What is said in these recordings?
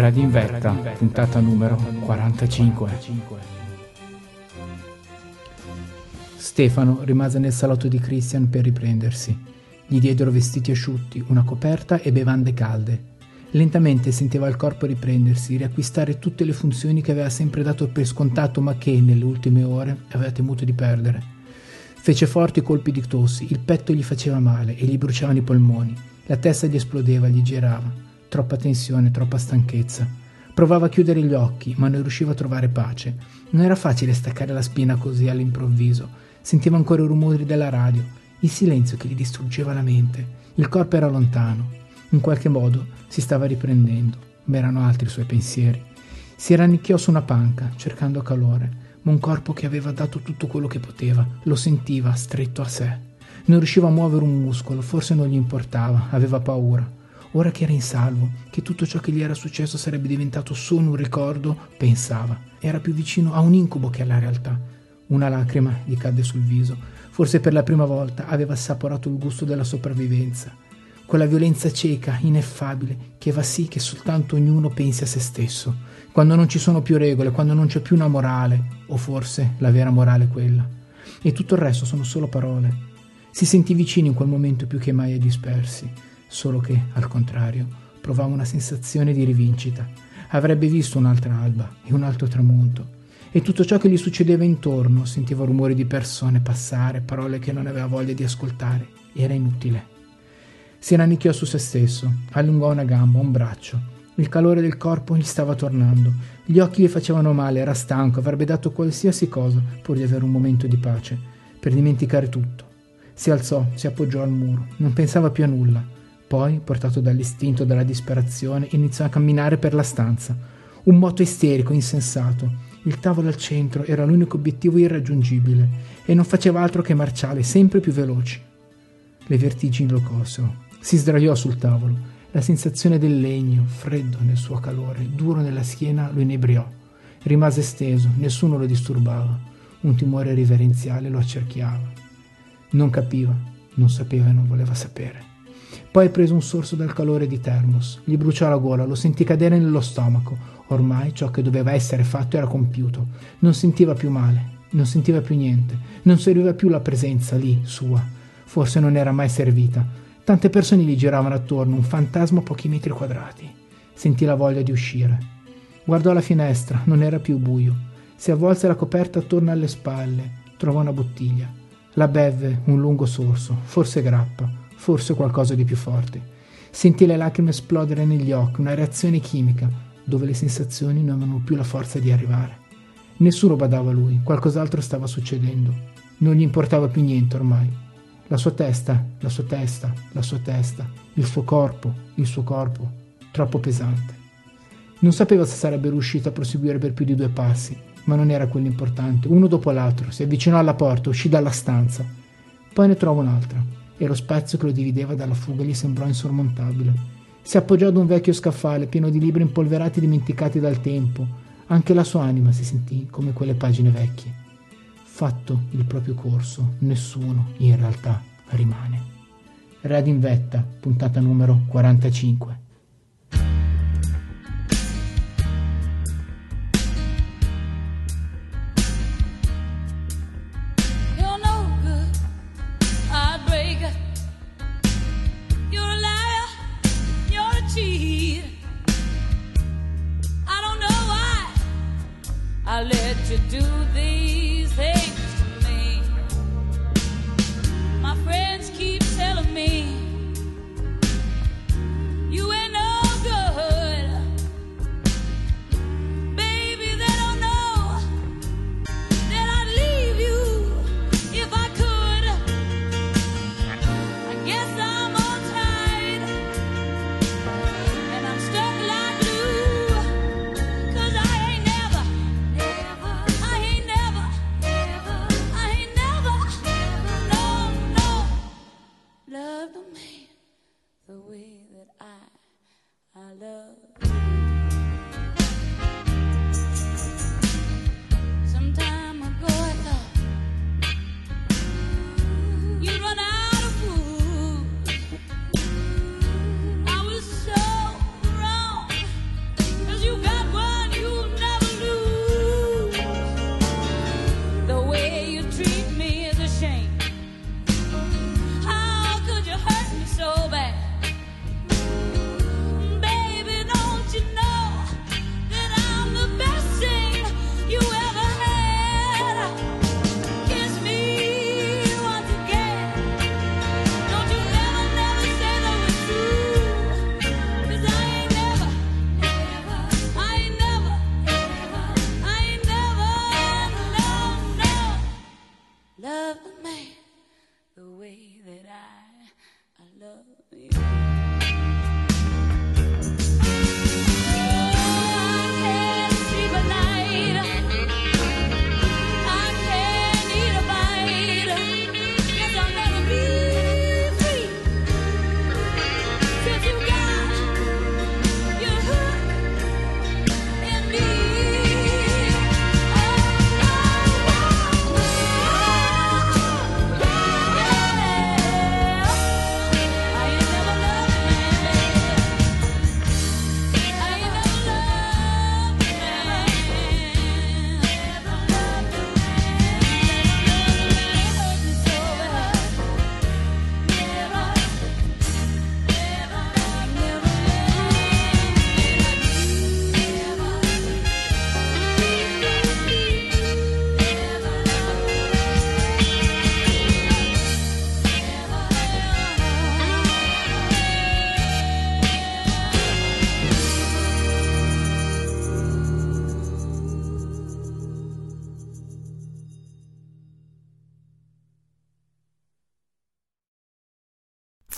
Radio in Vetta, puntata numero 45. Stefano rimase nel salotto di Christian per riprendersi. Gli diedero vestiti asciutti, una coperta e bevande calde. Lentamente sentiva il corpo riprendersi, riacquistare tutte le funzioni che aveva sempre dato per scontato ma che, nelle ultime ore, aveva temuto di perdere. Fece forti colpi di tosse, il petto gli faceva male e gli bruciavano i polmoni. La testa gli esplodeva, gli girava. Troppa tensione, troppa stanchezza. Provava a chiudere gli occhi, ma non riusciva a trovare pace. Non era facile staccare la spina così all'improvviso. Sentiva ancora i rumori della radio, il silenzio che gli distruggeva la mente. Il corpo era lontano. In qualche modo si stava riprendendo, ma erano altri i suoi pensieri. Si rannicchiò su una panca, cercando calore, ma un corpo che aveva dato tutto quello che poteva, lo sentiva stretto a sé. Non riusciva a muovere un muscolo, forse non gli importava, aveva paura. Ora che era in salvo, che tutto ciò che gli era successo sarebbe diventato solo un ricordo, pensava. Era più vicino a un incubo che alla realtà. Una lacrima gli cadde sul viso. Forse per la prima volta aveva assaporato il gusto della sopravvivenza. Quella violenza cieca, ineffabile, che fa sì che soltanto ognuno pensi a se stesso. Quando non ci sono più regole, quando non c'è più una morale, o forse la vera morale è quella. E tutto il resto sono solo parole. Si sentì vicini in quel momento più che mai ai dispersi. Solo che, al contrario, provava una sensazione di rivincita. Avrebbe visto un'altra alba e un altro tramonto. E tutto ciò che gli succedeva intorno, sentiva rumori di persone passare, parole che non aveva voglia di ascoltare. Era inutile. Si rannicchiò su se stesso, allungò una gamba, un braccio. Il calore del corpo gli stava tornando. Gli occhi gli facevano male, era stanco, avrebbe dato qualsiasi cosa pur di avere un momento di pace, per dimenticare tutto. Si alzò, si appoggiò al muro, non pensava più a nulla. Poi, portato dall'istinto, dalla disperazione, iniziò a camminare per la stanza. Un moto isterico, insensato. Il tavolo al centro era l'unico obiettivo irraggiungibile e non faceva altro che marciare sempre più veloci. Le vertigini lo colsero. Si sdraiò sul tavolo. La sensazione del legno, freddo nel suo calore, duro nella schiena, lo inebriò. Rimase steso, nessuno lo disturbava. Un timore riverenziale lo accerchiava. Non capiva, non sapeva e non voleva sapere. Poi prese un sorso dal calore di termos, gli bruciò la gola, lo sentì cadere nello stomaco. Ormai ciò che doveva essere fatto era compiuto. Non sentiva più male, non sentiva più niente, non serviva più la presenza lì, sua. Forse non era mai servita. Tante persone gli giravano attorno, un fantasma a pochi metri quadrati. Sentì la voglia di uscire. Guardò la finestra, non era più buio. Si avvolse la coperta attorno alle spalle, trovò una bottiglia. La bevve un lungo sorso, forse grappa. Forse qualcosa di più forte. Sentì le lacrime esplodere negli occhi, una reazione chimica, dove le sensazioni non avevano più la forza di arrivare. Nessuno badava a lui, qualcos'altro stava succedendo. Non gli importava più niente ormai. La sua testa, la sua testa, la sua testa, il suo corpo, troppo pesante. Non sapeva se sarebbe riuscito a proseguire per più di 2 passi, ma non era quello importante. Uno dopo l'altro, si avvicinò alla porta, uscì dalla stanza. Poi ne trovò un'altra. E lo spazio che lo divideva dalla fuga gli sembrò insormontabile. Si appoggiò ad un vecchio scaffale pieno di libri impolverati e dimenticati dal tempo. Anche la sua anima si sentì come quelle pagine vecchie. Fatto il proprio corso, nessuno in realtà rimane. Radio in Vetta, puntata numero 45. I let you do these things to me. My friends keep telling me you ain't no good. Baby, they don't know that I'd leave you if I could. I guess I'm all tired and I'm stuck like glue, 'cause I ain't never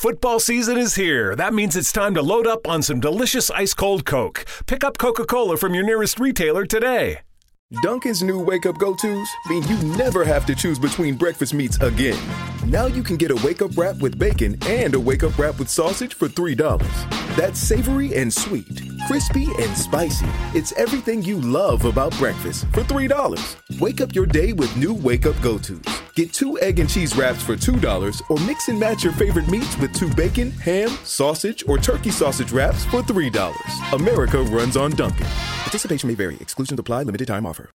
Football season is here. That means it's time to load up on some delicious ice-cold Coke. Pick up Coca-Cola from your nearest retailer today. Dunkin's new wake-up go-tos mean you never have to choose between breakfast meats again. Now you can get a wake-up wrap with bacon and a wake-up wrap with sausage for $3. That's savory and sweet, crispy and spicy. It's everything you love about breakfast for $3. Wake up your day with new wake-up go-tos. Get 2 egg and cheese wraps for $2 or mix and match your favorite meats with 2 bacon, ham, sausage, or turkey sausage wraps for $3. America runs on Dunkin'. Participation may vary. Exclusions apply. Limited time offer.